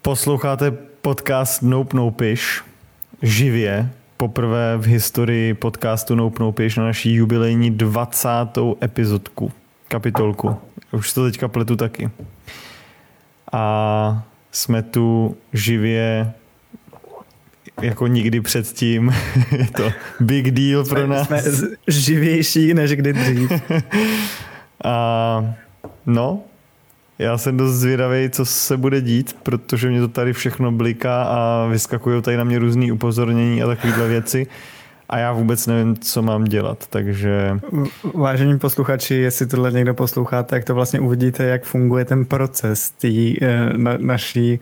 Posloucháte podcast Nope Nopish živě. Poprvé v historii podcastu Nope Nopish na naší jubilejní 20. epizodku, kapitolku. Už to teďka pletu taky. A jsme tu živě jako nikdy předtím. Je to big deal pro nás. Jsme živější než kdy dřív. A no, já jsem dost zvědavý, co se bude dít, protože mě to tady všechno bliká a vyskakují tady na mě různý upozornění a takovéhle věci. A já vůbec nevím, co mám dělat, takže... Vážení posluchači, jestli tohle někdo posloucháte, tak to vlastně uvidíte, jak funguje ten proces té naší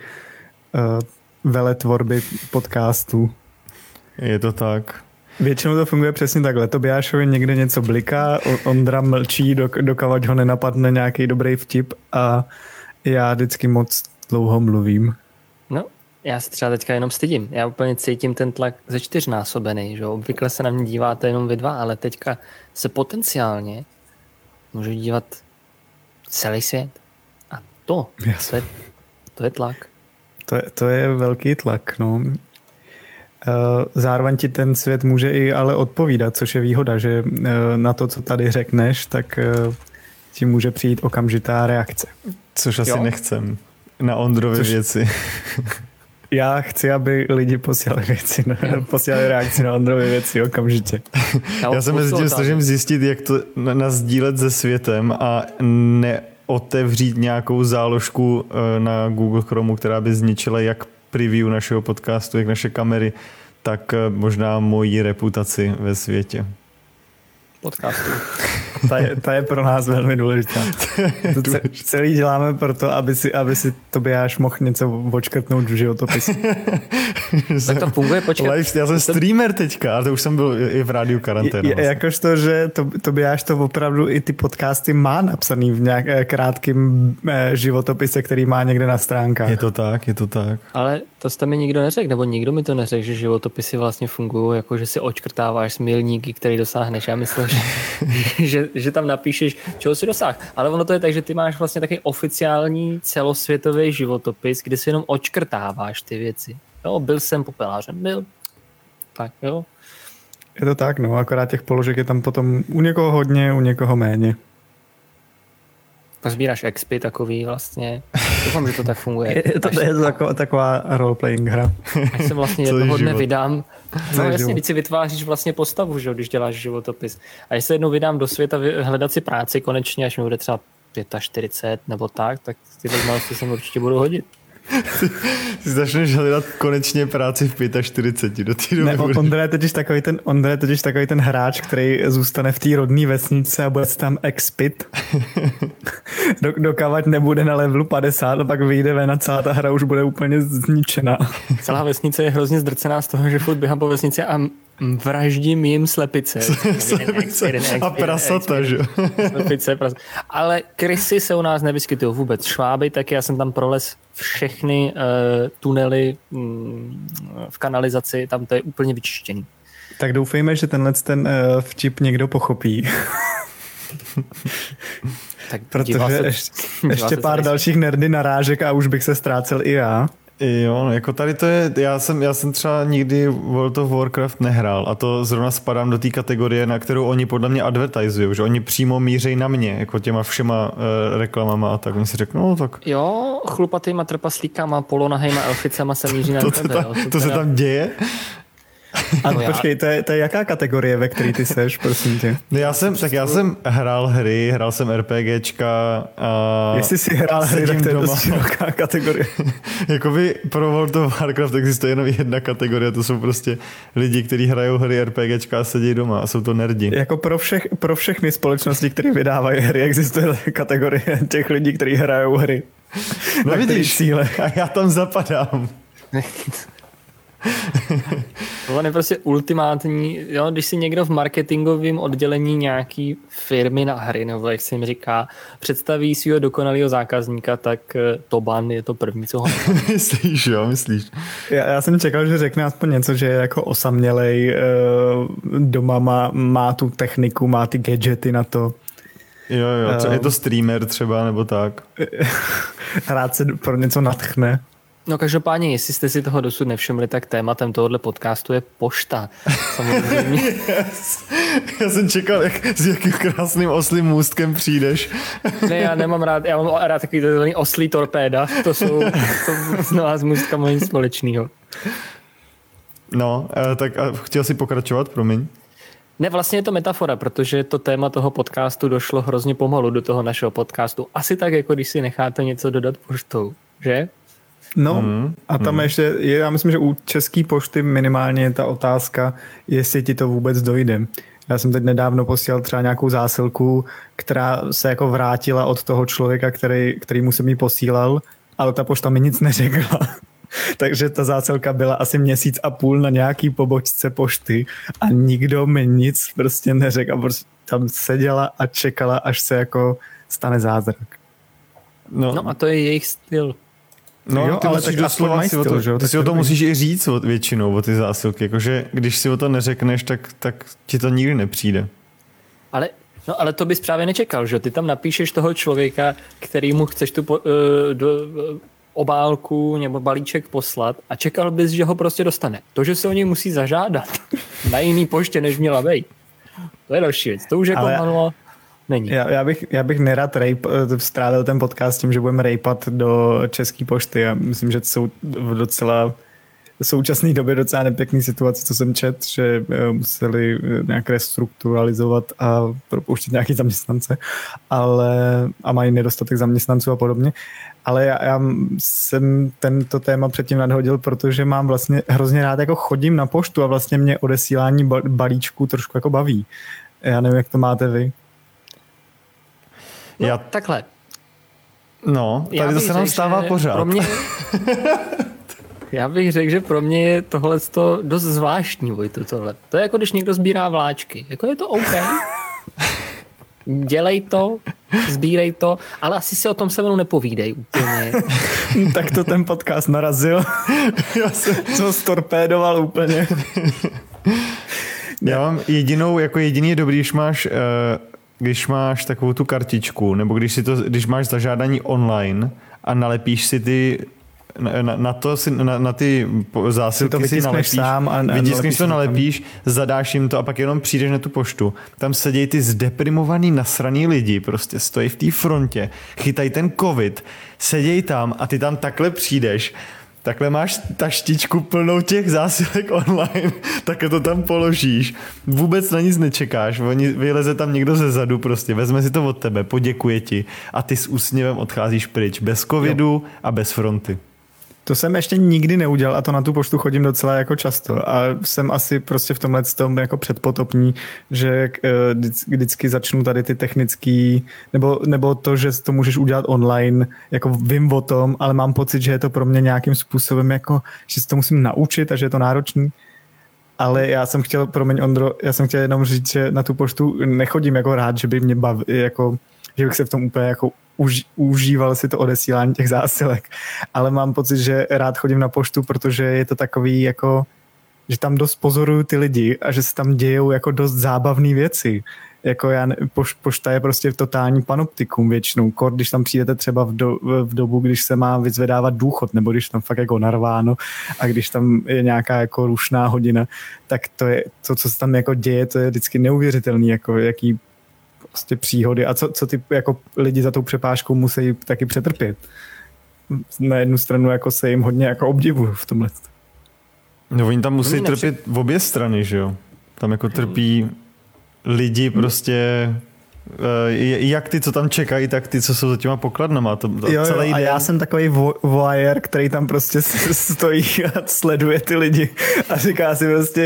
veletvorby podcastu. Je to tak. Většinou to funguje přesně takhle. Tobiášovi někde něco bliká, Ondra mlčí, dokavať ho nenapadne nějaký dobrý vtip a já vždycky moc dlouho mluvím. No, já se třeba teďka jenom stydím. Já úplně cítím ten tlak ze 4násobený, že obvykle se na mě díváte jenom vy dva, ale teďka se potenciálně můžu dívat celý svět. A to je tlak. To je velký tlak, no. Zároveň ti ten svět může i ale odpovídat, což je výhoda, že na to, co tady řekneš, tak ti může přijít okamžitá reakce. Což asi nechcem. Na Ondrovy věci. Já chci, aby lidi posílali reakci na Ondrovy věci okamžitě. Já se mezi tím snažím zjistit, jak to nasdílet se světem a neotevřít nějakou záložku na Google Chromu, která by zničila jak preview našeho podcastu, jak naše kamery, tak možná moji reputaci ve světě. Podcastu. Ta je pro nás velmi důležitá. To celý děláme proto, aby si Tobiáš mohl něco odškrtnout v životopisu. Tak to funguje, počkej. Já jsem streamer teďka, ale to už jsem byl i v rádiu karanténa. Vlastně. Jakožto, že Tobiáš to opravdu i ty podcasty má napsaný v nějak krátkým životopise, který má někde na stránkách. Je to tak. Ale to jste mi nikdo neřekl, nebo nikdo mi to neřekl, že životopisy vlastně fungují, jako že si odškrtáváš milníky, který dosáhneš. Já myslím, že tam napíšeš, čeho si dosáhl. Ale ono to je tak, že ty máš vlastně taky oficiální celosvětový životopis, kde si jenom odškrtáváš ty věci. Jo, byl jsem popelářem, byl. Tak jo. Je to tak, no, akorát těch položek je tam potom u někoho hodně, u někoho méně. Pozbíráš expy takový vlastně. Doufám, že to tak funguje. Je to taková roleplaying hra. Až se vlastně jednoho dne vydám. No jasně, když si vytváříš vlastně postavu, že, když děláš životopis. A když se jednou vydám do světa hledat si práci konečně, až mi bude třeba 45 nebo tak tyhle znalosti se určitě budou hodit. Ty začneš hledat konečně práci v 45 do té doby. Ne, Ondra je totiž takový ten hráč, který zůstane v té rodné vesnice a bude tam expit. Dokavať nebude na levelu 50 a pak vyjde ven a celá ta hra už bude úplně zničená. Celá vesnice je hrozně zdrcená z toho, že furt běhám po vesnici a vraždím jim slepice. A prasata, že? Slepice, ale krysy se u nás nevyskytují vůbec. Šváby, tak já jsem tam prolez všechny tunely v kanalizaci, tam to je úplně vyčištěný. Tak doufejme, že ten vtip někdo pochopí. Tak protože ještě pár dalších nerdy narážek a už bych se ztrácel i já. Jo, jako tady to je, já jsem třeba nikdy World of Warcraft nehrál a to zrovna spadám do té kategorie, na kterou oni podle mě advertizují, že oni přímo mířejí na mě, jako těma všema reklamama a tak, oni si řeknou, no tak. Jo, chlupatýma trpaslíkama, polonahejma elficema se míří na tebe. To se tam děje? A počkej, to je jaká kategorie, ve který ty seš, prosím tě? Já jsem hrál hry, hrál jsem RPGčka a jestli jsi hrál hry, tak to je dost široká kategorie. Jakoby pro World of Warcraft existuje jenom jedna kategorie, to jsou prostě lidi, kteří hrajou hry RPGčka a sedí doma a jsou to nerdi. Jako pro všechny společnosti, které vydávají hry, existuje kategorie těch lidí, kteří hrajou hry. No vidíš, cíle. A já tam zapadám. To je prostě ultimátní, jo, když si někdo v marketingovém oddělení nějaký firmy na hry, nebo jak se jim říká, představí svého dokonalého zákazníka, tak Toban je to první, co ho... Myslíš? Já jsem čekal, že řekne aspoň něco, že je jako osamělej, doma má tu techniku, má ty gadgety na to. Jo, je to streamer třeba, nebo tak. Rád se pro něco nadchne. No každopádně, jestli jste si toho dosud nevšimli, tak tématem tohohle podcastu je pošta. Samozřejmě. Yes. Já jsem čekal, s jakým krásným oslým můstkem přijdeš. Ne, já nemám rád, já mám rád takový oslí torpéda. To znovu s můstkama nic společného. No, tak chtěl jsi pokračovat, promiň. Ne, vlastně je to metafora, protože to téma toho podcastu došlo hrozně pomalu do toho našeho podcastu. Asi tak, jako když si necháte něco dodat poštou, že? No a tam ještě, já myslím, že u České pošty minimálně je ta otázka, jestli ti to vůbec dojde. Já jsem teď nedávno posílal třeba nějakou zásilku, která se jako vrátila od toho člověka, který mu jsem ji posílal, ale ta pošta mi nic neřekla. Takže ta zásilka byla asi 1,5 měsíce na nějaký pobočce pošty a nikdo mi nic prostě neřekl a prostě tam seděla a čekala, až se jako stane zázrak. No a to je jejich styl. No, jo, ty ale musíš tak doslova si o to, ty si o to musíš i říct většinou o ty zásilky, jakože když si o to neřekneš, tak ti to nikdy nepřijde. Ale to bys právě nečekal, že? Ty tam napíšeš toho člověka, kterýmu chceš tu obálku nebo balíček poslat a čekal bys, že ho prostě dostane. To, že se o něj musí zažádat na jiný poště, než měla být. To je další věc. To už jako manuál není. Já bych nerad strávil ten podcast tím, že budeme rejpat do České pošty. Já myslím, že jsou v docela v současné době docela nepěkný situace, co jsem čet, že museli nějak restrukturalizovat a propouštět nějaký zaměstnance, a mají nedostatek zaměstnanců a podobně. Ale já jsem tento téma předtím nadhodil, protože mám vlastně hrozně rád, jako chodím na poštu a vlastně mě odesílání balíčků trošku jako baví. Já nevím, jak to máte vy. No, takhle. No, tady to se nám stává pořád. Pro mě, já bych řekl, že pro mě je tohle dost zvláštní, Vojto, tohle. To je jako když někdo sbírá vláčky. Jako je to OK. Dělej to, sbírej to, ale asi si o tom se mnou nepovídej úplně. Tak to ten podcast narazil. Já jsem to storpédoval úplně. Já mám jediný je dobrý, když máš takovou tu kartičku, nebo když máš zažádání online a nalepíš si ty na ty zásilky si nalepíš, vytiskneš to, nalepíš, zadáš jim to a pak jenom přijdeš na tu poštu. Tam sedějí ty zdeprimovaný, nasraný lidi, prostě stojí v té frontě, chytají ten covid, sedějí tam a ty tam takhle přijdeš, takhle máš taštičku plnou těch zásilek online, takhle to tam položíš, vůbec na nic nečekáš, vyleze tam někdo ze zadu prostě, vezme si to od tebe, poděkuje ti a ty s úsměvem odcházíš pryč, bez covidu a bez fronty. To jsem ještě nikdy neudělal a to na tu poštu chodím docela jako často a jsem asi prostě v tomhle tom jako předpotopní, že vždycky začnu tady ty technický, nebo to, že to můžeš udělat online, jako vím o tom, ale mám pocit, že je to pro mě nějakým způsobem jako, že si to musím naučit a že je to náročný. Ale já jsem chtěl, promiň Ondro, jenom říct, že na tu poštu nechodím jako rád, že by mě jako, že bych se v tom úplně jako užíval si to odesílání těch zásilek, ale mám pocit, že rád chodím na poštu, protože je to takový jako, že tam dost pozoruju ty lidi a že se tam dějou jako dost zábavné věci. Jako pošta je prostě totální panoptikum většinou, když tam přijdete třeba v dobu, když se má vyzvedávat důchod, nebo když tam fakt jako narváno a když tam je nějaká jako rušná hodina, tak to je to, co se tam jako děje, to je vždycky neuvěřitelný, jako jaký prostě příhody a co ty jako lidi za tou přepážkou musí taky přetrpět. Na jednu stranu jako se jim hodně jako obdivuju v tomhle. No oni tam musí trpět v obě strany, že jo? Tam jako trpí lidi prostě jak ty, co tam čekají, tak ty, co jsou za těma pokladnama. A já jsem takový voyeur, který tam prostě stojí a sleduje ty lidi a říká si prostě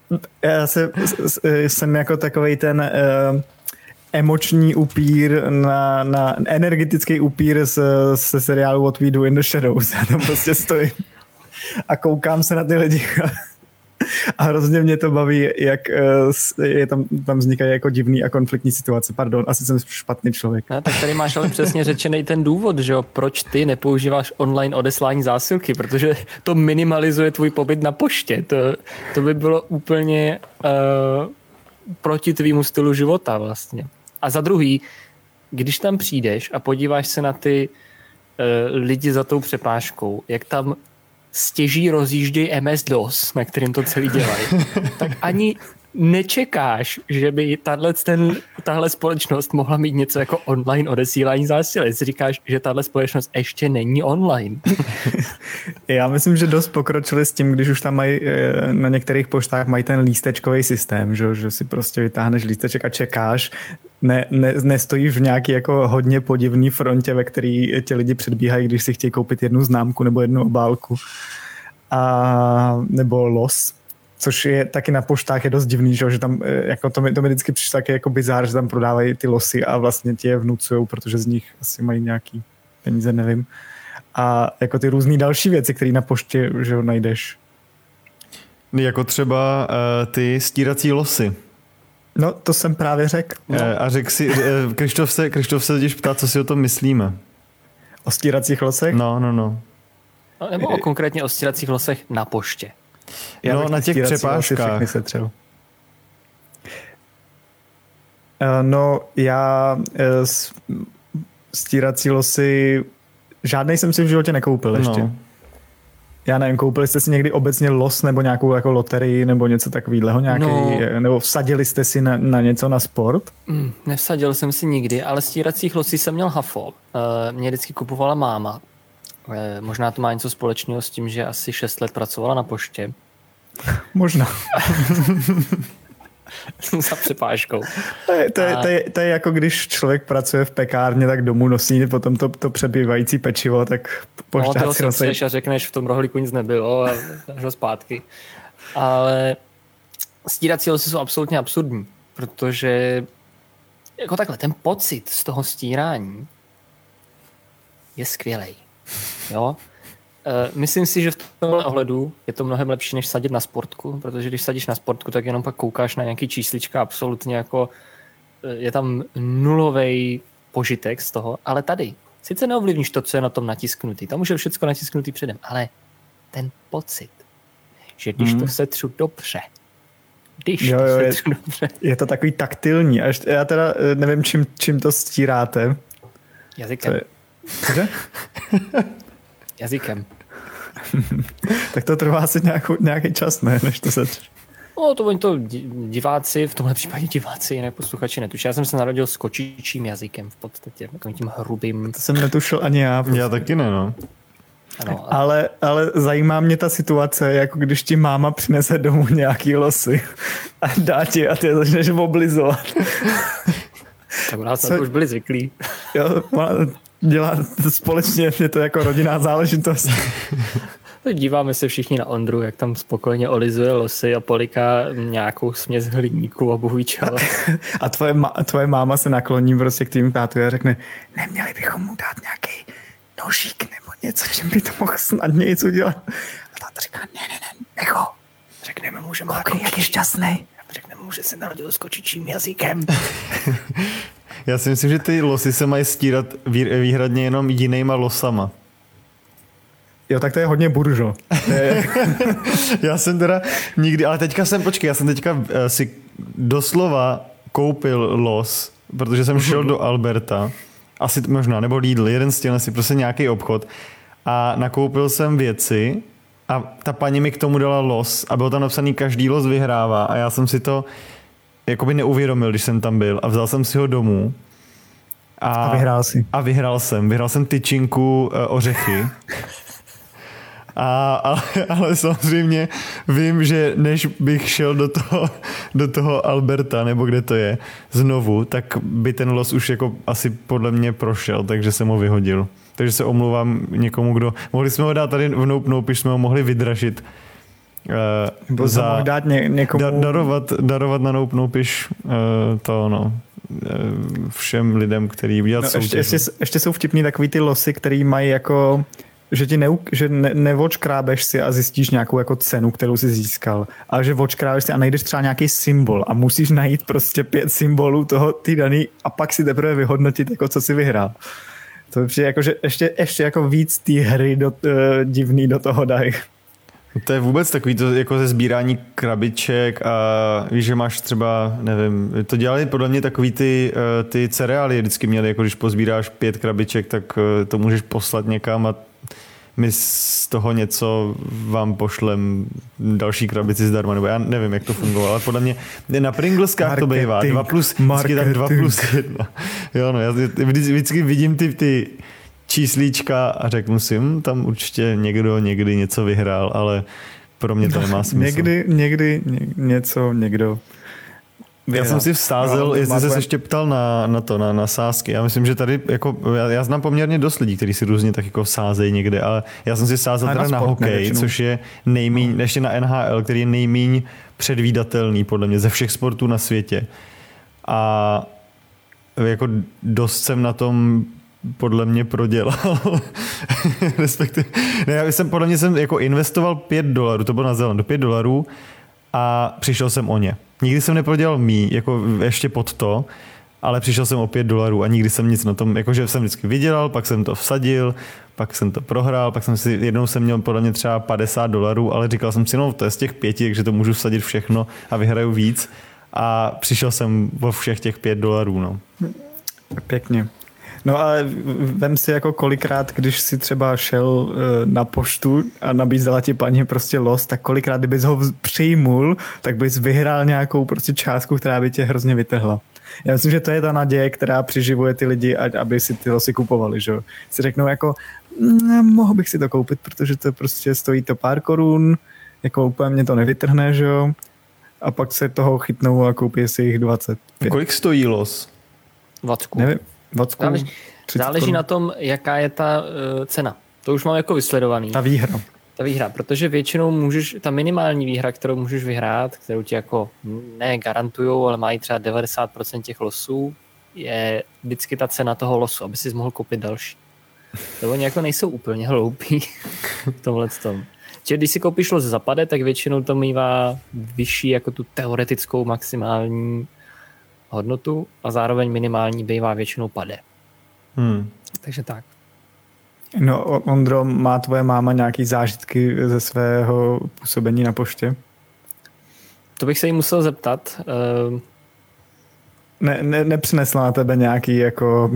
jsem jako takovej ten emoční upír na energetický upír ze seriálu What We Do in the Shadows. Já tam prostě stojím a koukám se na ty lidi a hrozně mě to baví, jak tam vznikají jako divný a konfliktní situace. Pardon, asi jsem špatný člověk. No, tak tady máš ale přesně řečený ten důvod, že jo, proč ty nepoužíváš online odeslání zásilky, protože to minimalizuje tvůj pobyt na poště. To by bylo úplně proti tvýmu stylu života vlastně. A za druhý, když tam přijdeš a podíváš se na ty lidi za tou přepážkou, jak tam stěží rozjíždějí MS-DOS, na kterým to celý dělají, tak ani nečekáš, že by tahle společnost mohla mít něco jako online odesílání zásilek. Si říkáš, že tahle společnost ještě není online. Já myslím, že dost pokročili s tím, když už tam mají na některých poštách mají ten lístečkový systém, že si prostě vytáhneš lísteček a čekáš. Nestojíš v nějaký jako hodně podivný frontě, ve který tě lidi předbíhají, když si chtějí koupit jednu známku nebo jednu obálku. Nebo los. Což je taky na poštách je dost divný, že tam jako to mi vždycky přišlo taky jako bizár, že tam prodávají ty losy a vlastně ti je vnucujou, protože z nich asi mají nějaký peníze, nevím. A jako ty různý další věci, které na poště, že ho najdeš. Jako třeba ty stírací losy. No, to jsem právě řekl. No. A řekl si, Krištof se totiž ptá, co si o tom myslíme. O stíracích losech? No. Nebo konkrétně o stíracích losech na poště. No, na těch přepážkách. No, já stírací losy žádnej jsem si v životě nekoupil ještě. No. Já nevím, koupili jste si někdy obecně los nebo nějakou jako loterii nebo něco takového nebo vsadili jste si na něco na sport? Nevsadil jsem si nikdy, ale stíracích losí jsem měl hafo. Mě vždycky kupovala máma. Možná to má něco společného s tím, že asi 6 let pracovala na poště. Možná. Za přepážkou. To je jako když člověk pracuje v pekárně, tak domů nosí potom to přebývající pečivo, tak poštáci nosí. A řekneš, v tom rohlíku nic nebylo a dáš ho zpátky. Ale stírací losy jsou absolutně absurdní, protože jako takhle, ten pocit z toho stírání je skvělej. Jo? Myslím si, že v tomhle ohledu je to mnohem lepší, než sadit na sportku, protože když sadíš na sportku, tak jenom pak koukáš na nějaký číslička, absolutně jako je tam nulovej požitek z toho, ale tady sice neovlivníš to, co je na tom natisknutý, tam už je všechno natisknutý předem, ale ten pocit, že když to setřu dobře, je to takový taktilní. A já teda nevím, čím to stíráte. Jazykem. Cože? Jazykem. Tak to trvá asi nějaký čas, ne? Než to setřeš. No, to oni to diváci, v tomhle případě diváci, jinak posluchači netuší. Já jsem se narodil s kočičím jazykem v podstatě, takovým tím hrubým. To jsem netušil ani já. Já taky ne, no. Ano, ale zajímá mě ta situace, jako když ti máma přinese domů nějaký losy a dá ti a ty je začneš oblizovat. Tak u nás už byli zvyklí. Jo, dělá společně, je to jako rodinná záležitost. Díváme se všichni na Ondru, jak tam spokojně olizuje losy a poliká nějakou směs hliníku a bohu čeho. A tvoje máma se nakloní prostě k tým tátu a řekne, neměli bychom mu dát nějaký nožík nebo něco, čím by to mohl snadněji udělat. A táta říká, ne, necho. Řekneme mu, že má jak je šťastnej. Řekneme mu, že se narodil s kočičím jazykem. Já si myslím, že ty losy se mají stírat výhradně jenom jinýma losama. Jo, tak to je hodně buržo. Já jsem teda nikdy, ale teďka si doslova koupil los, protože jsem šel do Alberta, asi možná, nebo Lidl, jeden z těch asi prostě nějaký obchod a nakoupil jsem věci a ta paní mi k tomu dala los a bylo tam napsaný, každý los vyhrává a já jsem si to jakoby neuvědomil, když jsem tam byl a vzal jsem si ho domů. A vyhrál si. A vyhrál jsem tyčinku ořechy. Ale samozřejmě vím, že než bych šel do toho Alberta, nebo kde to je, znovu, tak by ten los už jako asi podle mě prošel, takže jsem ho vyhodil. Takže se omlouvám někomu, kdo... Mohli jsme ho dát tady v Nope, jsme ho mohli vydražit. Dát někomu... darovat na Nope, všem lidem, který udělat ještě jsou vtipný takový ty losy, který mají jako... že nevočkrábeš si a zjistíš nějakou jako cenu, kterou jsi získal, ale že vočkrábeš si a najdeš třeba nějaký symbol a musíš najít prostě 5 symbolů toho ty daný a pak si teprve vyhodnotit, jako co si vyhrál. To přijde jako, že ještě jako víc té hry divný do toho dají. To je vůbec takový to jako ze sbírání krabiček a víš, že máš třeba, nevím, to dělali podle mě takový ty cereály vždycky měli, jako když pozbíráš 5 krabiček, tak to můžeš poslat někam a my z toho něco vám pošlem další krabici zdarma, nebo já nevím, jak to fungovalo, ale podle mě na Pringleskách to bývá 2+1. Jo, no, já vždycky vidím ty číslíčka a řeknu si, tam určitě někdo někdy něco vyhrál, ale pro mě to nemá smysl. Někdy někdo vyhrál. Já jsem si vsázel, jestli se ještě ptal na sázky. Já myslím, že tady, jako, já znám poměrně dost lidí, kteří si různě tak jako sázejí někde, ale já jsem si sázel teda na hokej, což je nejmíň, ještě na NHL, který je nejmíň předvídatelný podle mě ze všech sportů na světě. A jako dost jsem na tom podle mě prodělal. Respektive, já jsem podle mě jako investoval $5, to bylo na Zélandu, $5 a přišel jsem o ně. Nikdy jsem neprodělal jako ještě pod to, ale přišel jsem o $5 a nikdy jsem nic na tom, jakože jsem vždycky vydělal, pak jsem to vsadil, pak jsem to prohrál, pak jednou jsem měl podle mě třeba $50, ale říkal jsem si, no to je z těch 5, takže to můžu vsadit všechno a vyhraju víc a přišel jsem o všech těch $5, no. Pěkně. No ale vem si jako kolikrát, když si třeba šel na poštu a nabízela ti paní prostě los, tak kolikrát, kdybys ho přijmul, tak bys vyhrál nějakou prostě částku, která by tě hrozně vytrhla. Já myslím, že to je ta naděje, která přiživuje ty lidi, aby si ty losy kupovali, že jo. Si řeknou jako, mohl bych si to koupit, protože to prostě stojí to pár korun, jako úplně mě to nevytrhne, že jo. A pak se toho chytnou a koupí si jich 20. Kolik stojí los? 20. Nevím. Záleží na tom, jaká je ta cena. To už mám jako vysledovaný. Ta výhra, protože většinou můžeš, ta minimální výhra, kterou můžeš vyhrát, kterou ti jako ne garantujou, ale mají třeba 90% těch losů, je vždycky ta cena toho losu, aby si mohl koupit další. To oni jako nejsou úplně hloupí v tomhle tom. Čiže když si koupíš los za pade, tak většinou to mívá vyšší jako tu teoretickou maximální hodnotu a zároveň minimální bývá většinou pade. Takže tak. No, Ondro, má tvoje máma nějaký zážitky ze svého působení na poště? To bych se jí musel zeptat. Nepřinesla na tebe nějaký jako...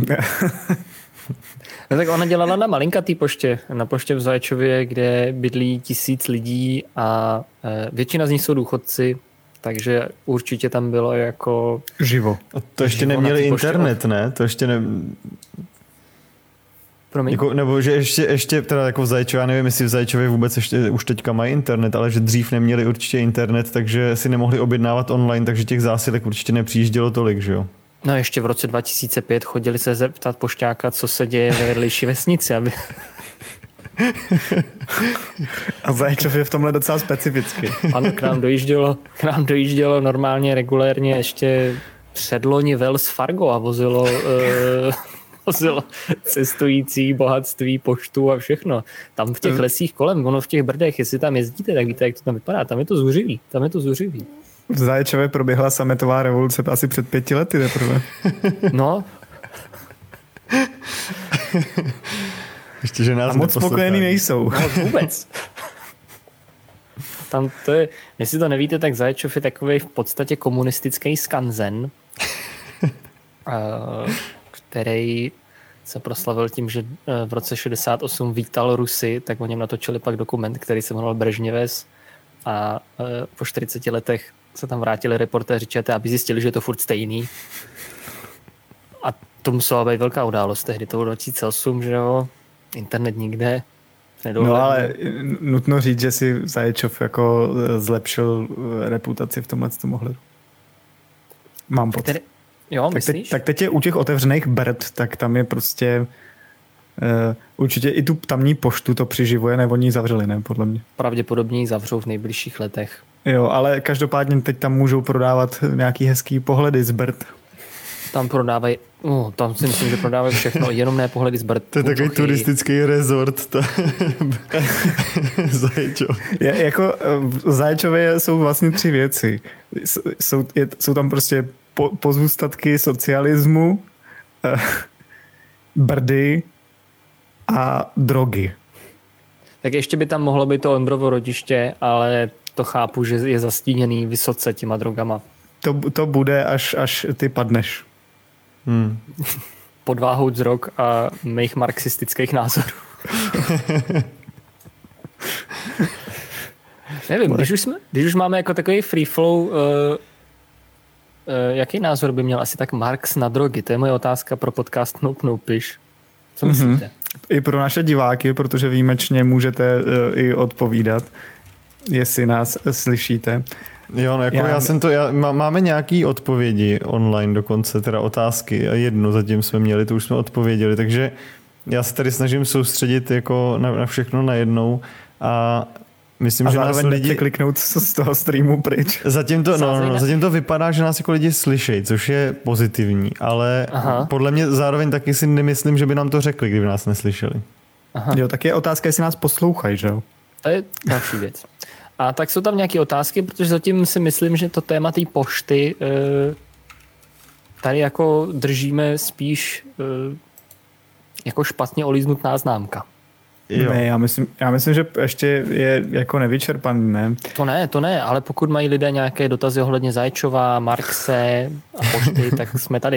No tak ona dělala na malinkatý poště, na poště v Zaječově, kde bydlí 1000 lidí a většina z nich jsou důchodci, takže určitě tam bylo jako... Živo. A to ještě neměli internet, ne? To ještě ne... Jako, nebo že ještě teda jako v Zaječově, já nevím, jestli v Zaječově vůbec ještě už teďka mají internet, ale že dřív neměli určitě internet, takže si nemohli objednávat online, takže těch zásilek určitě nepřijíždělo tolik, že jo? No ještě v roce 2005 chodili se zeptat pošťáka, co se děje ve vedlejší vesnici, aby... A Zaječov je v tomhle docela specificky. Ano, k nám dojíždělo normálně, regulérně ještě předloni Wells Fargo a vozilo cestující, bohatství, poštu a všechno. Tam v těch lesích kolem, ono v těch Brdech, jestli tam jezdíte, tak víte, jak to tam vypadá. Tam je to zuřivý. V Zaječově proběhla sametová revoluce asi před 5 lety teprve. No. Ještě, že nás a moc spokojení nejsou. No, vůbec. Tam to je, jestli to nevíte, tak Zaječov je takový v podstatě komunistický skanzen, který se proslavil tím, že v roce 68 vítal Rusy, tak o něm natočili pak dokument, který se jmenoval Brežněves a po 40 letech se tam vrátili reportéři ČT, aby zjistili, že je to furt stejný. A to musela být velká událost tehdy, to bylo 2008, že jo, internet nikde. No ale nutno říct, že si Zaječov jako zlepšil reputaci v tomhle ohledu. Mám pocit. Jo, myslíš? Tak teď je u těch otevřených Brd, tak tam je prostě určitě i tu tamní poštu to přiživuje, nebo oni ji zavřeli, ne, podle mě. Pravděpodobně ji zavřou v nejbližších letech. Jo, ale každopádně teď tam můžou prodávat nějaký hezký pohledy z Brd. Tam prodávají, tam si myslím, že prodávají všechno, jenom ne pohledy z Brd. To je takový turistický rezort. Zaječov. Jako v Zaječově jsou vlastně 3 věci. Jsou tam prostě pozůstatky socialismu, Brdy a drogy. Tak ještě by tam mohlo být to Ondrovo rodiště, ale to chápu, že je zastíněný vysoce těma drogama. To bude, až ty padneš. Pod váhou drog a mých marxistických názorů. Nevím, když už máme jako takový free flow, jaký názor by měl asi tak Marx na drogy? To je moje otázka pro podcast Nope Nopiš. Co myslíte? I pro naše diváky, protože výjimečně můžete i odpovídat, jestli nás slyšíte. Jo, no jako máme nějaký odpovědi online dokonce, teda otázky a jednu zatím jsme měli, to už jsme odpověděli, takže já se tady snažím soustředit jako na všechno najednou a myslím, že nás lidi kliknout z toho streamu pryč. Zatím to vypadá, že nás jako lidi slyšejí, což je pozitivní, ale podle mě zároveň taky si nemyslím, že by nám to řekli, kdyby nás neslyšeli. Aha. Jo, tak je otázka, jestli nás poslouchají, že jo? To je další věc. A tak jsou tam nějaké otázky, protože zatím si myslím, že to téma té pošty tady jako držíme spíš jako špatně olíznutná známka. Jo. Ne, já myslím, že ještě je jako nevyčerpaný, ne? To ne, ale pokud mají lidé nějaké dotazy ohledně Zajčova, Marxe a pošty, tak jsme tady.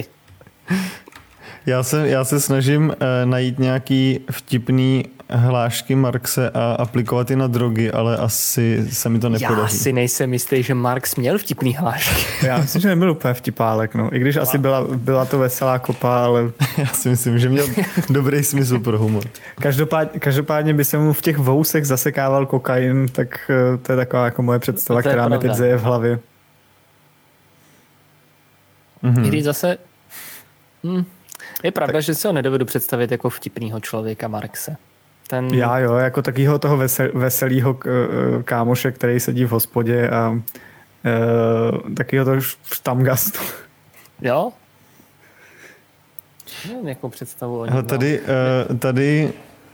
Já se snažím najít nějaký vtipný hlášky Marxe a aplikovat je na drogy, ale asi se mi to nepodaří. Já si nejsem jistý, že Marx měl vtipný hlášky. Já myslím, že nebyl úplně vtipálek, no. I když asi byla to veselá kopa, ale... Já si myslím, že měl dobrý smysl pro humor. Každopádně by se mu v těch vousech zasekával kokain, tak to je taková jako moje představa, která mi teď zeje v hlavě. I když zase... Je pravda, že si ho nedovedu představit jako vtipnýho člověka Marxe. Já jo, jako takýho toho veselýho kámoše, který sedí v hospodě a takýho toho štamgastu. Jo? Nevím, jakou představu o něm. Tady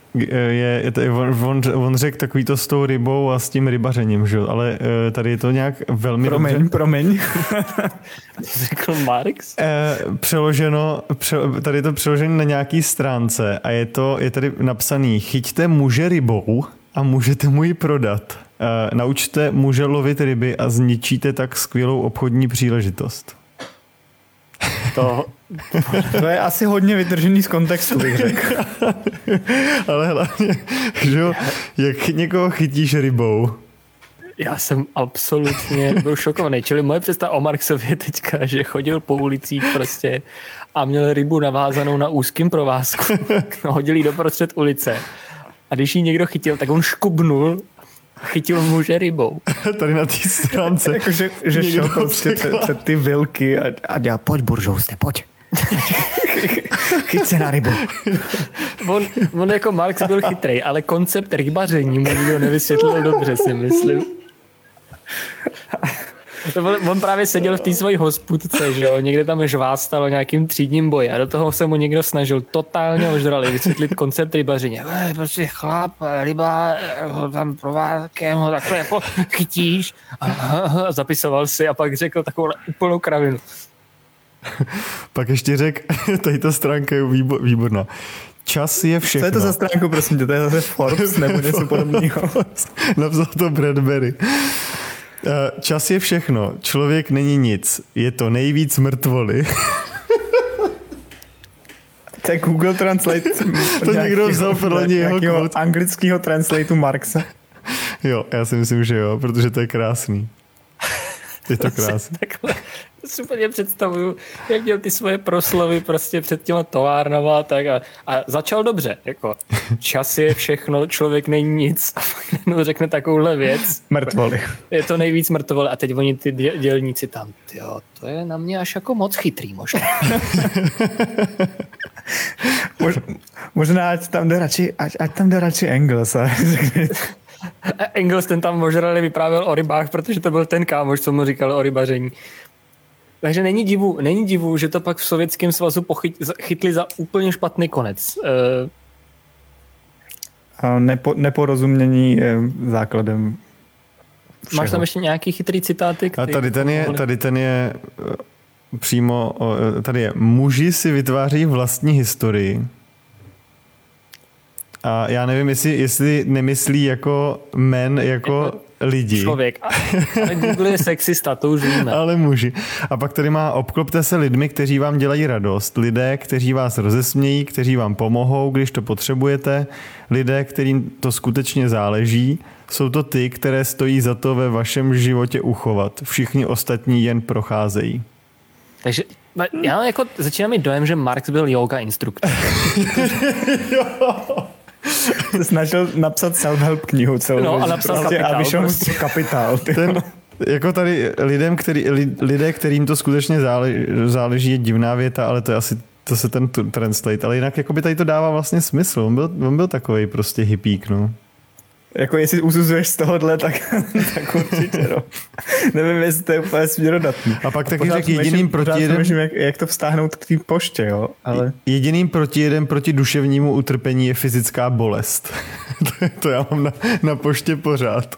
on řekl takový to s tou rybou a s tím rybařením, že? Ale tady je to nějak velmi Promiň. Řekl Marx? Tady je to přeložené na nějaký stránce a je tady napsaný: chyťte muže rybou a můžete mu ji prodat. Naučte muže lovit ryby a zničíte tak skvělou obchodní příležitost. To je asi hodně vytržený z kontextu, bych řekl. Ale hlavně, že jo, jak někoho chytíš rybou? Já jsem absolutně byl šokovaný. Čili moje představa o Marxovi je teďka, že chodil po ulicích prostě a měl rybu navázanou na úzkým provázku. Hodil ji doprostřed ulice. A když ji někdo chytil, tak on škubnul a chytil muže rybou. Tady na té stránce. Jakože šel prostě před ty vilky a dělal: pojď, buržouste, pojď. Chyť se na rybu. On jako Marx byl chytrej, ale koncept rybaření mu nikdo nevysvětlil dobře, si myslím. On právě seděl v té svojí hospůdce, že jo, někde tam žvástal o nějakým třídním boji a do toho se mu někdo snažil totálně ožrali vysvětlit koncept rybaření. Prostě chlap, ryba, tam provázkem ho takhle jako chytíš a zapisoval si a pak řekl takovou úplnou kravinu. Pak ještě řekl, tady ta stránka je výborná. Čas je všechno. Co je to za stránku, prosím tě? To je zase Forbes nebo něco podobného. Napsal to Bradbury. Čas je všechno. Člověk není nic. Je to nejvíc mrtvoly. To je Google Translate. To někdo vzal podle něho anglického translateu Marxa. Jo, já si myslím, že jo, protože to je krásný. Je to krásný. Takhle si úplně představuju, jak měl ty svoje proslovy prostě před těma továrnama a začal dobře, jako čas je všechno, člověk není nic a pak řekne takovouhle věc. Mrtvoly. Je to nejvíc mrtvoly a teď oni ty dělníci tam, jo, to je na mě až jako moc chytrý možná. Možná ať tam jde radši Engels. Engels ten tam možná vyprávěl o rybách, protože to byl ten kámoš, co mu říkal o rybaření. Takže není divu, že to pak v Sovětském svazu chytli za úplně špatný konec. Neporozumění je základem všeho. Máš tam ještě nějaký chytrý citáty? A tady ten je přímo, tady je: muži si vytváří vlastní historii A já nevím, jestli nemyslí jako men, jako lidi. Člověk. Ale Google je sexista, to už víme. Ale muži. A pak tady má: obklopte se lidmi, kteří vám dělají radost. Lidé, kteří vás rozesmějí, kteří vám pomohou, když to potřebujete. Lidé, kterým to skutečně záleží. Jsou to ty, které stojí za to ve vašem životě uchovat. Všichni ostatní jen procházejí. Takže já jako začínám mít dojem, že Marx byl yoga instruktor. Se snažil napsat self-help knihu celou. No a napsal Kapitál. A vyšel mu Kapitál. Jako tady lidé, kterým to skutečně záleží, je divná věta, ale to je asi to se ten translate, ale jinak jako by tady to dává vlastně smysl. On byl takovej prostě hippík, no. Jako jestli uzuzuješ z tohohle, tak určitě, no. Nevím, jestli to je úplně směrodatný. A pak taky řekl jediným protijedem... Jak to vztáhnout k té poště, jo. Ale... Jediným protijedem proti duševnímu utrpení je fyzická bolest. To já mám na poště pořád.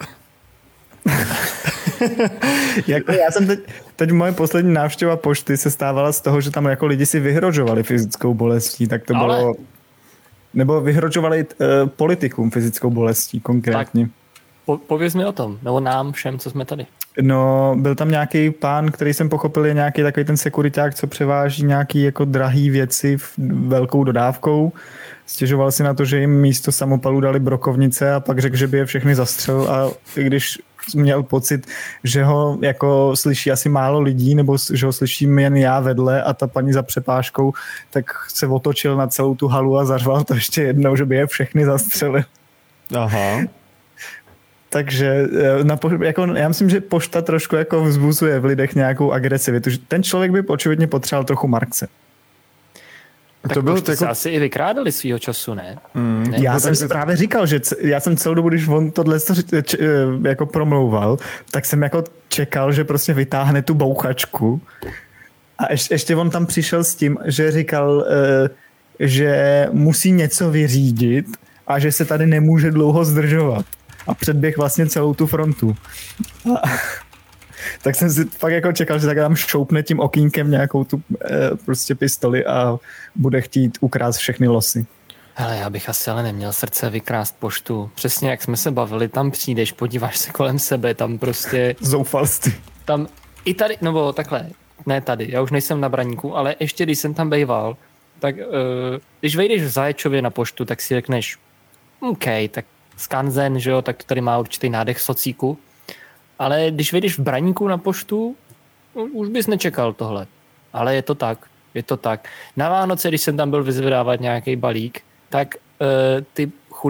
Jako já jsem teď moje poslední návštěva pošty se stávala z toho, že tam jako lidi si vyhrožovali fyzickou bolestí, tak to bylo... Nebo vyhrožovali politikům fyzickou bolestí konkrétně. Pověz mi o tom, nebo nám všem, co jsme tady. No, byl tam nějaký pán, který jsem pochopil, je nějaký takový ten sekuriták, co převáží nějaký jako drahý věci velkou dodávkou. Stěžoval si na to, že jim místo samopalů dali brokovnice a pak řekl, že by je všechny zastřelil, a i když měl pocit, že ho jako slyší asi málo lidí, nebo že ho slyším jen já vedle a ta paní za přepážkou, tak se otočil na celou tu halu a zařval to ještě jednou, že by je všechny zastřelil. Aha. Takže jako, já myslím, že pošta trošku jako vzbuzuje v lidech nějakou agresivitu. Ten člověk by očividně potřeboval trochu Marxe. Tak to byl jako... se asi i vykrádali svýho času, ne? Ne? Já jsem si právě říkal, že já jsem celou dobu, když on tohle jako promlouval, tak jsem jako čekal, že prostě vytáhne tu bouchačku. A ještě on tam přišel s tím, že říkal, že musí něco vyřídit a že se tady nemůže dlouho zdržovat. A předběh vlastně celou tu frontu. Tak jsem si fakt jako čekal, že tak tam šoupne tím okýnkem nějakou tu prostě pistoli a bude chtít ukrást všechny losy. Hele, já bych asi ale neměl srdce vykrást poštu. Přesně jak jsme se bavili, tam přijdeš, podíváš se kolem sebe, tam prostě... Zoufalství. Tam i tady, nebo takhle, ne tady, já už nejsem na Braníku, ale ještě když jsem tam bejval, tak když vejdeš v Zaječově na poštu, tak si řekneš, OK, tak skanzen, že jo, tak to tady má určitý nádech socíku. Ale když vejdeš v Braníku na poštu, už bys nečekal tohle. Ale je to tak. Na Vánoce, když jsem tam byl vyzvedávat nějaký balík, tak ty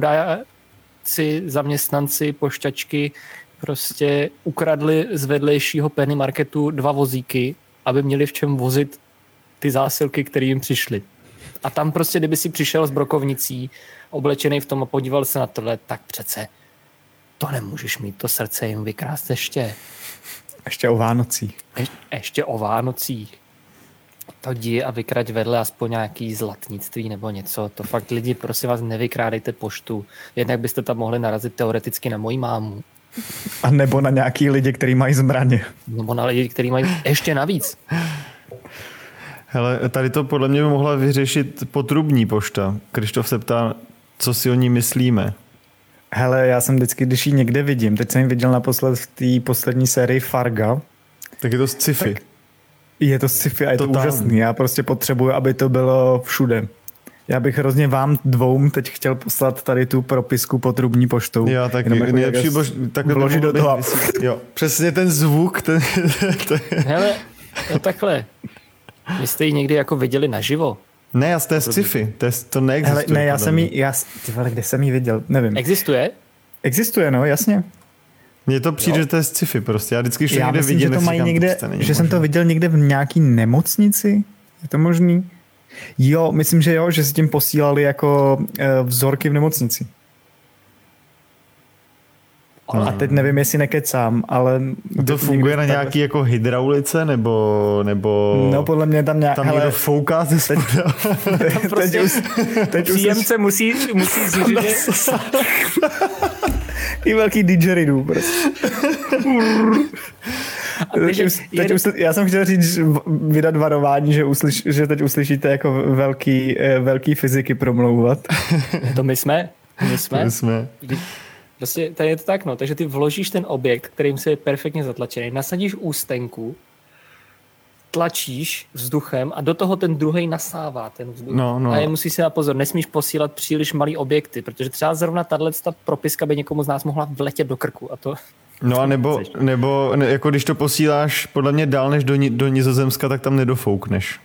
chudáci zaměstnanci pošťačky prostě ukradli z vedlejšího penny marketu 2 vozíky, aby měli v čem vozit ty zásilky, které jim přišly. A tam prostě, kdyby si přišel s brokovnicí, oblečený v tom a podíval se na tohle, tak přece to nemůžeš mít to srdce jim vykrást ještě. Ještě o Vánocích. Ještě o Vánocích. To jdi a vykrať vedle aspoň nějaký zlatnictví nebo něco. To fakt lidi, prosím vás, nevykrádejte poštu. Jednak byste tam mohli narazit teoreticky na moji mámu. A nebo na nějaký lidi, kteří mají zbraně. Nebo na lidi, kteří mají ještě navíc. Hele, tady to podle mě by mohla vyřešit potrubní pošta. Krištof se ptá, co si o ní myslíme. Hele, já jsem vždycky, když ji někde vidím, teď jsem ji viděl naposled v té poslední sérii Farga. Tak je to sci-fi. Je to sci-fi a je to úžasný. Já prostě potřebuji, aby to bylo všude. Já bych hrozně vám dvou teď chtěl poslat tady tu propisku potrubní poštou. Jo, tak nejlepší takhle vložit do toho. Jo, přesně ten zvuk. Hele, no takhle. Vy jste ji někdy jako viděli naživo? Ne, to je sci-fi. To neexistuje. Hele, ne, já jsem ji, kde jsem ji viděl, nevím. Existuje? Existuje, no, jasně. Mně to přijde, že to je sci-fi prostě. Já vždycky, když někde myslím, vidím, že to mají někde, že jsem to viděl někde v nějaký nemocnici. Je to možný? Jo, myslím, že jo, že si tím posílali jako vzorky v nemocnici. A teď nevím, jestli nekecám, ale... To funguje na nějaký jako hydraulice, nebo... No, podle mě tam nějak... Tam někdo fouká ze spoda. Teď příjemce musí zřídit... I velký didgeridoo, prostě. Já jsem chtěl říct, vydat varování, že teď uslyšíte jako velký fyziky promlouvat. To my jsme? My jsme. Prostě tady je to tak, no. Takže ty vložíš ten objekt, který musí být perfektně zatlačený, nasadíš ústenku, tlačíš vzduchem a do toho ten druhej nasává ten vzduch. No. A musí si na pozor, nesmíš posílat příliš malý objekty, protože třeba zrovna ta propiska by někomu z nás mohla vletět do krku a to... No a nebo jako když to posíláš podle mě dál než do Nizozemska, tak tam nedofoukneš.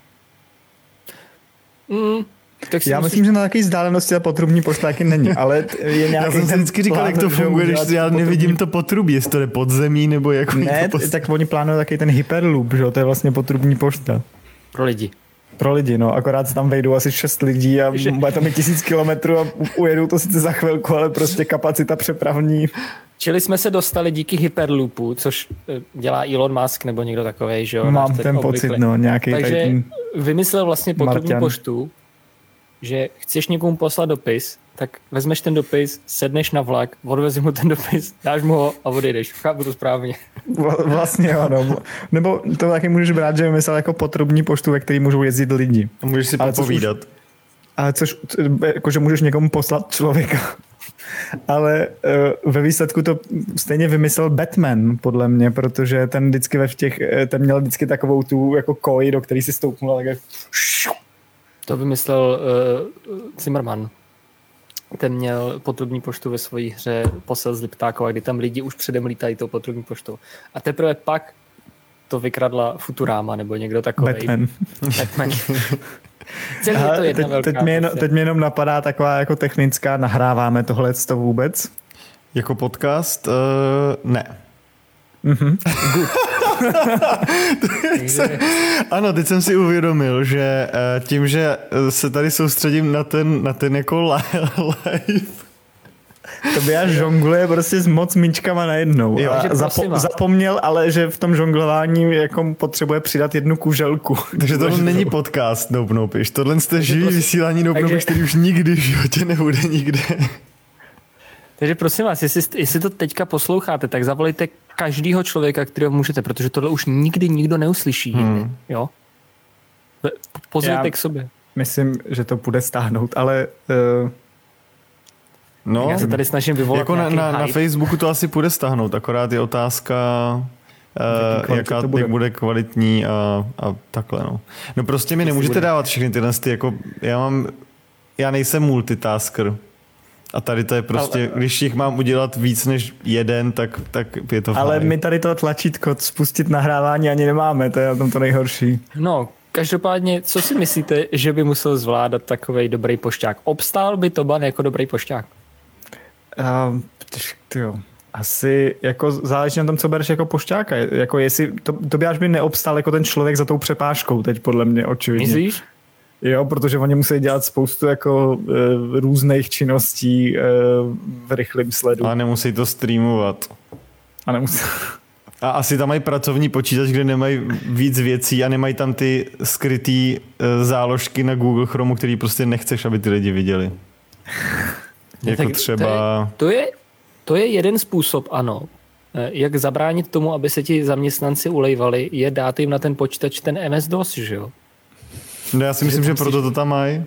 Tak já myslím, že na takové vzdálenosti ta potrubní pošta taky není, ale je nějaký... Já jsem si vždycky říkal, jak to funguje, když já nevidím to potrubí, jestli to jde pod zemí, nebo jak... Ne, tak oni plánují taky ten hyperloop, že jo, to je vlastně potrubní pošta. Pro lidi, no, akorát se tam vejdou asi 6 lidí a bude to mít 1000 kilometrů a ujedou to sice za chvilku, ale prostě kapacita přepravní. Čili jsme se dostali díky hyperloopu, což dělá Elon Musk nebo někdo takovej, že jo? Mám ten pocit, no, nějaký. Takže vymyslel vlastně potrubní poštu, že chceš někomu poslat dopis, tak vezmeš ten dopis, sedneš na vlak, odvezeš mu ten dopis, dáš mu ho a odejdeš. Chápu to správně. Vlastně jo, no. Nebo to taky můžeš brát, že vymyslel jako potrubní poštu, ve který můžou jezdit lidi. A můžeš si popovídat. Ale což, jakože můžeš někomu poslat člověka. Ale ve výsledku to stejně vymyslel Batman, podle mě, protože ten vždycky ten měl vždycky takovou tu jako koji, do který si stoupnul, tak jak... To vymyslel Zimmerman. Ten měl potrubní poštu ve své hře Posel z Liptákova, kdy tam lidi už předem lítají tou potrubní poštou. A teprve pak to vykradla Futurama nebo někdo takový. Batman. Celý je to jedna velká. Teď mě jenom napadá taková jako technická, nahráváme tohleto vůbec? Jako podcast? Ne. Good. Ano, teď jsem si uvědomil, že tím, že se tady soustředím na ten jako live. Tobiáš žongluje prostě s moc míčkama najednou. Jo, zapomněl, ale že v tom žonglování jako potřebuje přidat jednu kuželku. Takže tohle není podcast Nope Nopiš. Tohle jste živý vysílání Nope Nopiš, který už nikdy v životě nebude nikde. Takže prosím vás, jestli to teďka posloucháte, tak zavolejte každýho člověka, kterého můžete, protože tohle už nikdy nikdo neuslyší. Jo? Pozvěte k sobě. Myslím, že to bude stáhnout, ale... No, já se tady snažím vyvolat jako na Facebooku to asi půjde stáhnout, akorát je otázka, jaká to bude kvalitní a takhle. No prostě mi nemůžete dávat všechny tyhle jako já nejsem multitasker. A tady to je prostě, když jich mám udělat víc než jeden, tak je to ale my tady to tlačítko spustit nahrávání ani nemáme, to je na tom to nejhorší. No, každopádně, co si myslíte, že by musel zvládat takovej dobrý pošťák? Obstál by Toban jako dobrý pošťák? Asi jako záleží na tom, co bereš jako pošťáka. Jako jestli Tobiáš by neobstál jako ten člověk za tou přepážkou teď, podle mě, očividně. Myslíš? Jo, protože oni musí dělat spoustu jako různých činností v rychlém sledu. A nemusí to streamovat. A asi tam mají pracovní počítač, kde nemají víc věcí a nemají tam ty skrytý záložky na Google Chromu, který prostě nechceš, aby ty lidi viděli. Jako tak třeba... To je jeden způsob, ano. Jak zabránit tomu, aby se ti zaměstnanci ulejvali, je dát jim na ten počítač ten MS-DOS, že jo? No já si myslím, že proto to tam mají.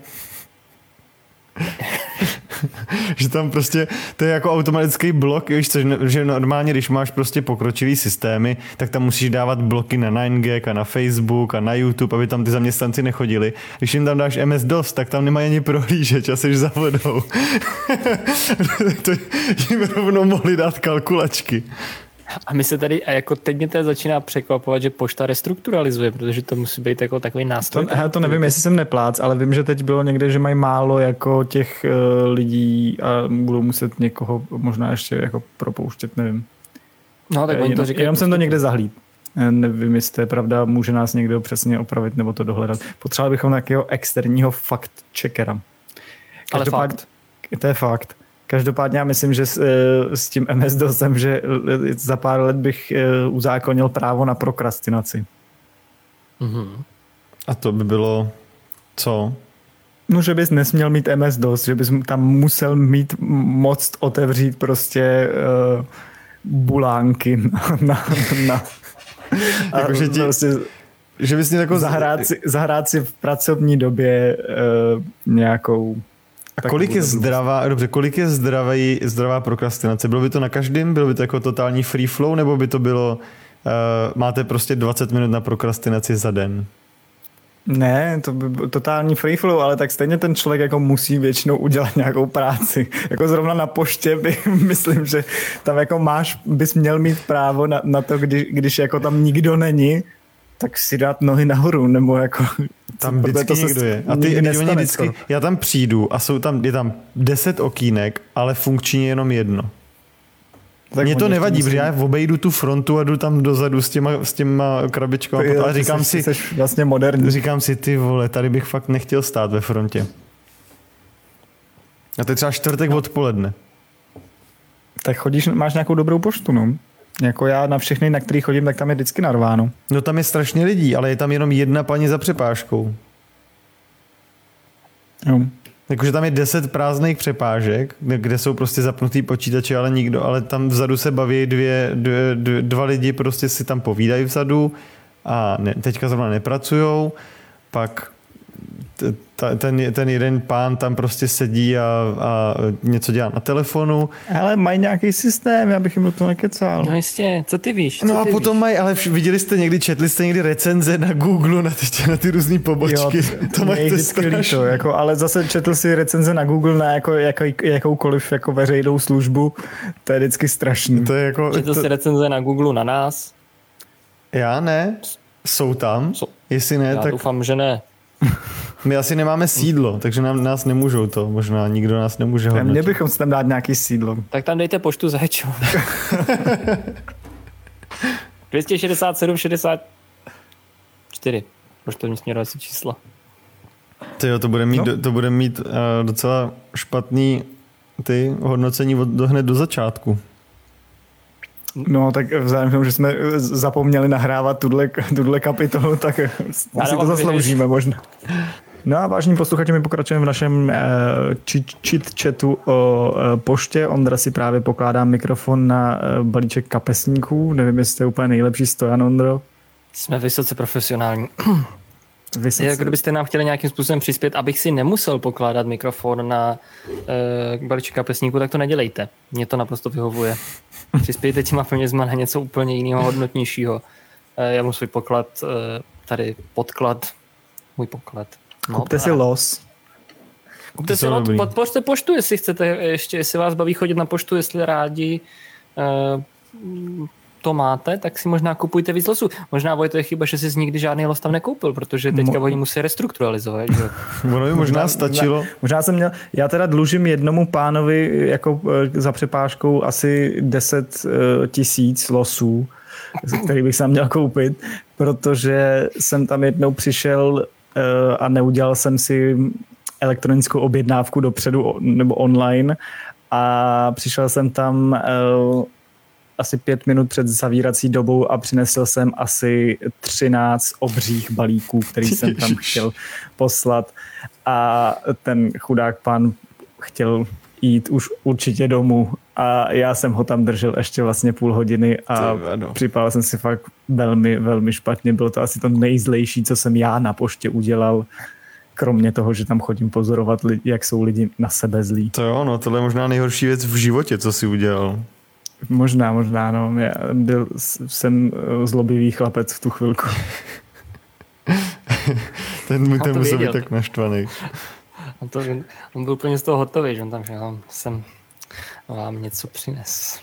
Že tam prostě, to je jako automatický blok, že normálně, když máš prostě pokročilý systémy, tak tam musíš dávat bloky na 9gag a na Facebook a na YouTube, aby tam ty zaměstnanci nechodili. Když jim tam dáš MS-DOS, tak tam nemají ani prohlížeč a seš za vodou. To jim rovnou mohli dát kalkulačky. A my se tady, a jako teď mě to začíná překvapovat, že pošta restrukturalizuje, protože to musí být jako takový nástroj. To nevím, jestli jsem neplác, ale vím, že teď bylo někde, že mají málo jako těch lidí a budou muset někoho možná ještě jako propouštět, nevím. No tak oni to říkají. Jenom jsem to někde zahlíd. Nevím, jestli to je pravda, může nás někdo přesně opravit nebo to dohledat. Potřebovali bychom nějakého externího fact-checkera. Ale fakt. To je fakt. Každopádně já myslím, že s tím MS-DOSem, že za pár let bych uzákonil právo na prokrastinaci. Mm-hmm. A to by bylo co? No, že bys nesměl mít MS-DOS, že bys tam musel mít moc otevřít prostě bulánky na jakože prostě, že bys měl jako zahrát si v pracovní době nějakou A kolik je zdravá prokrastinace? Bylo by to na každém? Bylo by to jako totální free flow? Nebo by to bylo, máte prostě 20 minut na prokrastinaci za den? Ne, to by byl totální free flow, ale tak stejně ten člověk jako musí většinou udělat nějakou práci. Jako zrovna na poště myslím, že tam jako bys měl mít právo na to, když jako tam nikdo není, tak si dát nohy nahoru, nebo jako... Tam vždycky někdo je. A ty vždycky, já tam přijdu a je tam 10 okýnek, ale funkční jenom jedno. Tak mně to nevadí, protože já obejdu tu frontu a jdu tam dozadu s těma krabičkama a říkám si, vlastně moderní. Říkám si, ty vole, tady bych fakt nechtěl stát ve frontě. A to je třeba čtvrtek odpoledne. Tak máš nějakou dobrou poštu, no? Jako já na všechny, na který chodím, tak tam je vždycky narváno. No tam je strašně lidí, ale je tam jenom jedna paní za přepážkou. Jo. Jakože tam je 10 prázdných přepážek, kde jsou prostě zapnutý počítače, ale nikdo, ale tam vzadu se baví dva lidi, prostě si tam povídají vzadu a teďka zrovna nepracujou, pak ten jeden pán tam prostě sedí a něco dělá na telefonu. Ale mají nějaký systém, já bych jim do toho nekecal. No jistě, co ty víš? No a potom mají, ale četli jste někdy recenze na Google na ty různý pobočky. Jo, to mají strašně. Jako, ale zase četl si recenze na Google na jakoukoliv jako veřejnou službu, to je vždycky strašný. To je jako, četl si recenze na Google na nás? Já ne. Jsou tam? Jestli ne, já tak... doufám, že ne. My asi nemáme sídlo, takže nás nemůžou to. Možná nikdo nás nemůže hodnotit. Měli bychom si tam dát nějaký sídlo. Tak tam dejte poštu za heču. 267 64. Poštovní směrovací číslo. Tyjo, to bude mít docela špatný hodnocení hned do začátku. No, tak vzhledem k tomu, že jsme zapomněli nahrávat tuhle kapitolu, tak si to zasloužíme možná. No a vážení posluchači, my pokračujeme v našem chatu o poště. Ondra si právě pokládá mikrofon na balíček kapesníků. Nevím, jestli jste úplně nejlepší stojan, Ondro. Jsme vysoce profesionální. Kdybyste nám chtěli nějakým způsobem přispět, abych si nemusel pokládat mikrofon na balíček kapesníků, tak to nedělejte. Mně to naprosto vyhovuje. Přispějte těma penězma na něco úplně jiného, hodnotnějšího. Já mám svůj poklad, tady můj poklad. No, kupte si los. Kupte si los, podpořte poštu, jestli chcete, jestli vás baví chodit na poštu, jestli rádi to máte, tak si možná kupujte víc losů. Možná, Vojto, je chyba, že jsi nikdy žádný los tam nekoupil, protože teďka oni musí restrukturalizovat. Že? Ono by možná stačilo. Možná jsem měl, já teda dlužím jednomu pánovi jako za přepážkou asi 10 000 losů, který bych sám měl koupit, protože jsem tam jednou přišel a neudělal jsem si elektronickou objednávku dopředu nebo online a přišel jsem tam asi 5 minut před zavírací dobou a přinesl jsem asi 13 obřích balíků, který jsem tam chtěl poslat a ten chudák pán chtěl jít už určitě domů a já jsem ho tam držel ještě vlastně půl hodiny a připadal jsem si fakt velmi, velmi špatně. Bylo to asi to nejzlejší, co jsem já na poště udělal, kromě toho, že tam chodím pozorovat, jak jsou lidi na sebe zlí. To jo, no, tohle je možná nejhorší věc v životě, co jsi udělal. Možná, no. Jsem zlobivý chlapec v tu chvilku. ten musel být tak naštvaný. On byl úplně z toho hotový, že on tam, že jsem vám něco přines.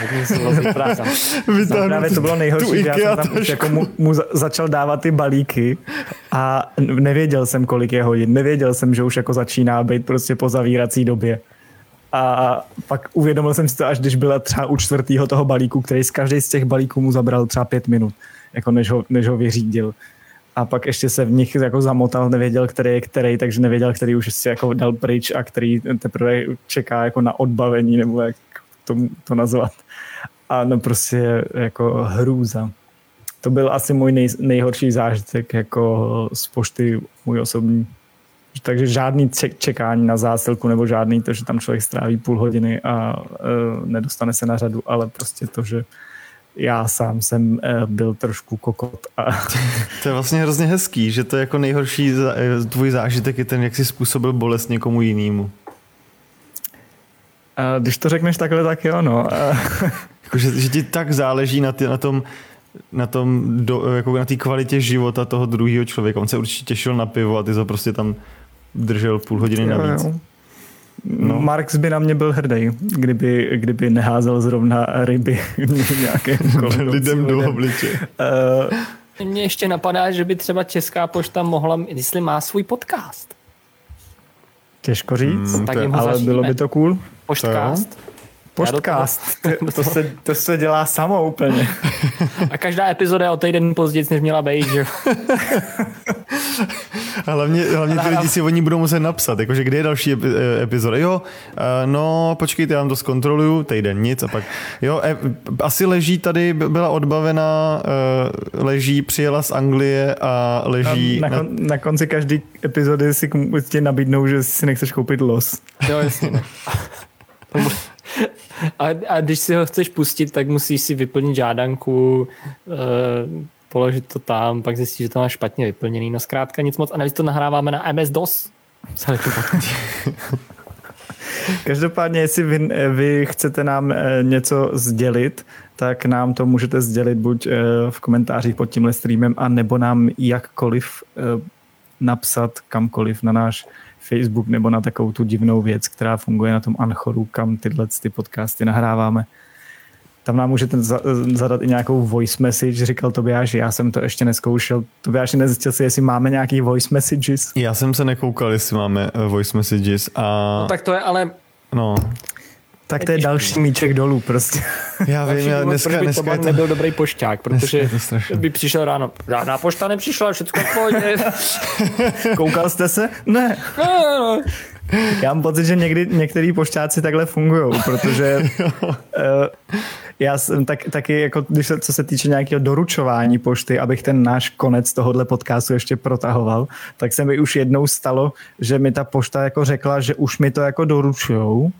Právě to bylo nejhorší, že já jsem tam už jako mu začal dávat ty balíky a nevěděl jsem, kolik je hodin. Nevěděl jsem, že už jako začíná být prostě po zavírací době. A pak uvědomil jsem si to, až když byla třeba u 4. toho balíku, který z každý z těch balíků mu zabral třeba 5 minut, jako než ho vyřídil. A pak ještě se v nich jako zamotal, nevěděl, který je který, takže nevěděl, který už si jako dal pryč a který teprve čeká jako na odbavení, nebo jak to nazvat. A no prostě jako hrůza. To byl asi můj nejhorší zážitek jako z pošty můj osobní. Takže žádný čekání na zásilku nebo žádný to, že tam člověk stráví půl hodiny a nedostane se na řadu, ale prostě to, že já sám jsem byl trošku kokot. To je vlastně hrozně hezký, že to je jako nejhorší tvůj zážitek je ten, jak jsi způsobil bolest někomu jinému. Když to řekneš takhle, tak jo, no. Že ti tak záleží na té kvalitě života toho druhého člověka. On se určitě těšil na pivo a ty to prostě tam držel půl hodiny navíc. Jo. No. Marx by na mě byl hrdý, kdyby neházel zrovna ryby nějaké lidem do obliče. Mně ještě napadá, že by třeba Česká pošta mohla, jestli má svůj podcast. Těžko říct, tak ale bylo by to cool. Poštcast. Podcast. To se dělá samo úplně. A každá epizoda je o týden později, než měla být, že? A hlavně ty lidi si oni budou muset napsat, jakože kde je další epizoda. Jo, no počkejte, já vám to zkontroluju, týden nic a pak. Jo, asi leží tady, byla odbavena, leží, přijela z Anglie a leží... Na konci každé epizody si tě nabídnou, že si nechceš koupit los. Jo, jasně. Ne. A když si ho chceš pustit, tak musíš si vyplnit žádanku, položit to tam, pak zjistíš, že to má špatně vyplněný. No zkrátka nic moc. A navíc to nahráváme na MS-DOS. Každopádně, jestli vy chcete nám něco sdělit, tak nám to můžete sdělit buď v komentářích pod tímhle streamem, a nebo nám jakkoliv napsat kamkoliv na náš Facebook nebo na takovou tu divnou věc, která funguje na tom Anchoru, kam tyhle ty podcasty nahráváme. Tam nám můžete zadat i nějakou voice message, říkal Tobiáš, já jsem to ještě nezkoušel. Tobiáš nezjistil si, jestli máme nějaký voice messages? Já jsem se nekoukal, jestli máme voice messages a... No tak to je ale... No... Tak to je další míček dolů prostě. Já vím, já dneska to nebyl dobrý pošťák, protože by přišel ráno. Žádná pošta nepřišla, všechno v pohodě. Koukal jste se? Ne. No. Já mám pocit, že některý pošťáci takhle fungují, protože já jsem taky, jako, co se týče nějakého doručování pošty, abych ten náš konec tohohle podcastu ještě protahoval, tak se mi už jednou stalo, že mi ta pošta jako řekla, že už mi to jako doručujou,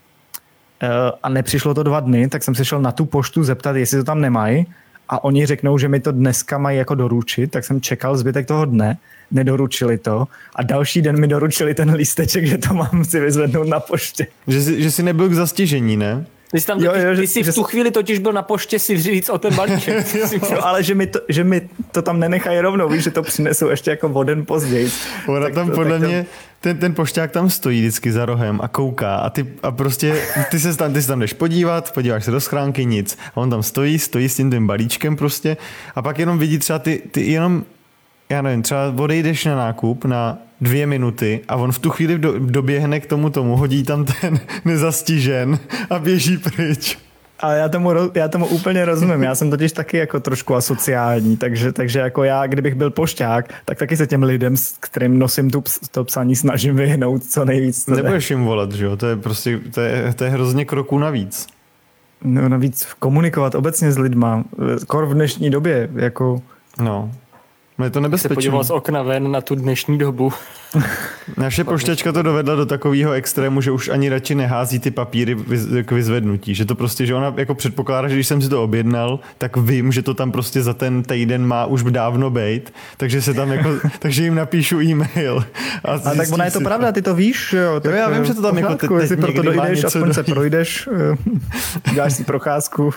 a nepřišlo to 2 dny, tak jsem se šel na tu poštu zeptat, jestli to tam nemají, a oni řeknou, že mi to dneska mají jako doručit, tak jsem čekal zbytek toho dne, nedoručili to a další den mi doručili ten lísteček, že to mám si vyzvednout na poště. Že jsi nebyl k zastěžení, ne? Ty jsi v tu chvíli totiž byl na poště si říct o ten balíček. Jo, ale že mi to tam nenechají rovnou, víš, že to přinesou ještě jako o den později. Ona tam podle mě, ten pošťák tam stojí vždycky za rohem a kouká a prostě ty se tam jdeš podíváš se do schránky, nic. A on tam stojí s tím balíčkem prostě a pak jenom vidí třeba ty jenom, já nevím, třeba odejdeš na nákup na 2 minuty a on v tu chvíli doběhne k tomu, hodí tam ten nezastižen a běží pryč. Ale já tomu úplně rozumím. Já jsem totiž taky jako trošku asociální, takže jako já, kdybych byl pošťák, tak taky se těm lidem, s kterým nosím to psaní, snažím vyhnout co nejvíc. Nebudeš jim volat, že jo? To je prostě, to je hrozně kroků navíc. No navíc komunikovat obecně s lidma, skoro v dnešní době, jako... No je to nebezpečné. Se podíval z okna ven na tu dnešní dobu. Naše pošťačka to dovedla do takového extrému, že už ani radši nehází ty papíry k vyzvednutí. Že to prostě, že ona jako předpokládá, že když jsem si to objednal, tak vím, že to tam prostě za ten týden má už dávno bejt, takže se tam jako, takže jim napíšu e-mail. A tak ona je to pravda, ty to víš, jo? Tak jo, já vím, že to tam jako teď jestli proto dojdeš, aspoň se projdeš, děláš si procházku.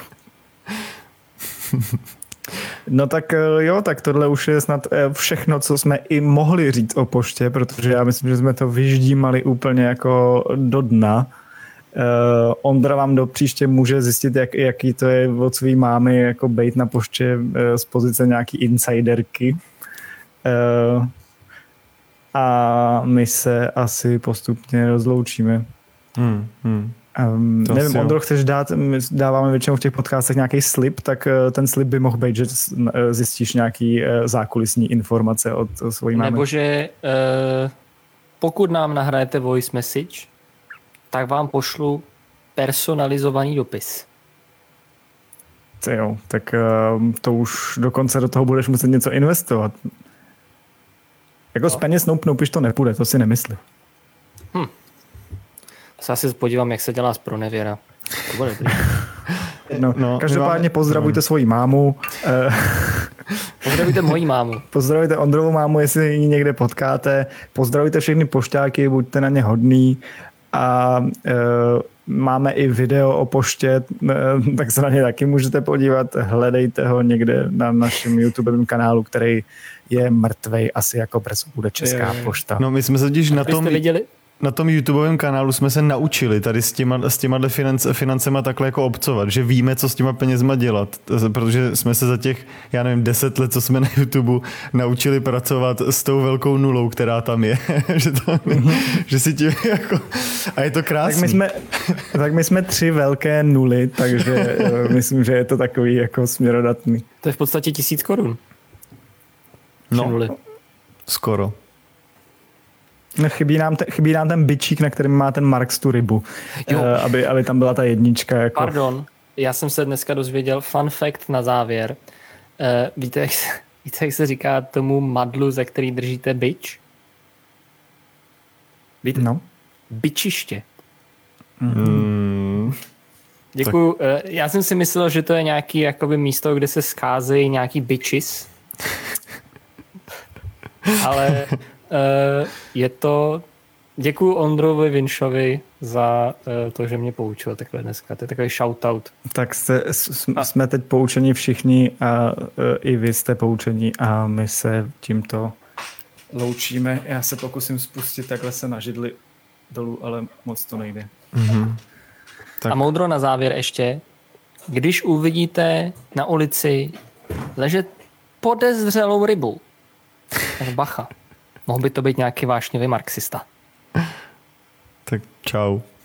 No tak jo, tak tohle už je snad všechno, co jsme i mohli říct o poště, protože já myslím, že jsme to vyždímali úplně jako do dna. Ondra vám do příště může zjistit, jaký to je od svý mámy jako bejt na poště z pozice nějaký insiderky. A my se asi postupně rozloučíme. Nevím, Ondro, chceš dát, my dáváme většinou v těch podcastech nějaký slib, tak ten slib by mohl být, že zjistíš nějaký zákulisní informace od svojí mámy. Nebo že pokud nám nahrajete voice message, tak vám pošlu personalizovaný dopis. Jo, tak to už dokonce do toho budeš muset něco investovat. Jako z peněz noupíš to nepůjde, to si nemyslím. Se asi podívám, jak se dělá z pronevěra. To bude dobrý. Každopádně pozdravujte svoji mámu. Pozdravujte moji mámu. Pozdravujte Ondrovu mámu, jestli ji někde potkáte. Pozdravujte všechny pošťáky, buďte na ně hodný. a máme i video o poště, tak se na ně taky můžete podívat, hledejte ho někde na našem YouTubovém kanálu, který je mrtvej, asi jako brzo bude Česká pošta. No my jsme se totiž na tom YouTubovém kanálu jsme se naučili tady s těma financema takhle jako obcovat, že víme, co s těma penězma dělat, protože jsme se za těch, 10 let, co jsme na YouTube, naučili pracovat s tou velkou nulou, která tam je. že si tím jako... A je to krásný. Tak my jsme 3 velké nuly, takže myslím, že je to takový jako směrodatný. To je v podstatě 1000 korun. No, skoro. Chybí nám ten bičík, na kterém má ten Marx tu rybu, aby tam byla ta jednička. Jako. Pardon, já jsem se dneska dozvěděl fun fact na závěr. Víte, jak se říká tomu madlu, ze který držíte bič? Víte? No. Bičiště. Děkuju. Já jsem si myslel, že to je nějaký jakoby místo, kde se scházejí nějaký bitches. Ale je to... Děkuju Ondrovi Vinšovi za to, že mě poučil takhle dneska. To je takový shoutout. Tak jsme teď poučeni všichni a i vy jste poučeni a my se tímto loučíme. Já se pokusím spustit takhle se na židli dolů, ale moc to nejde. Mm-hmm. Tak. A moudro na závěr ještě. Když uvidíte na ulici ležet podezřelou rybu, tak bacha. Mohl by to být nějaký vášnivý marxista. Tak čau.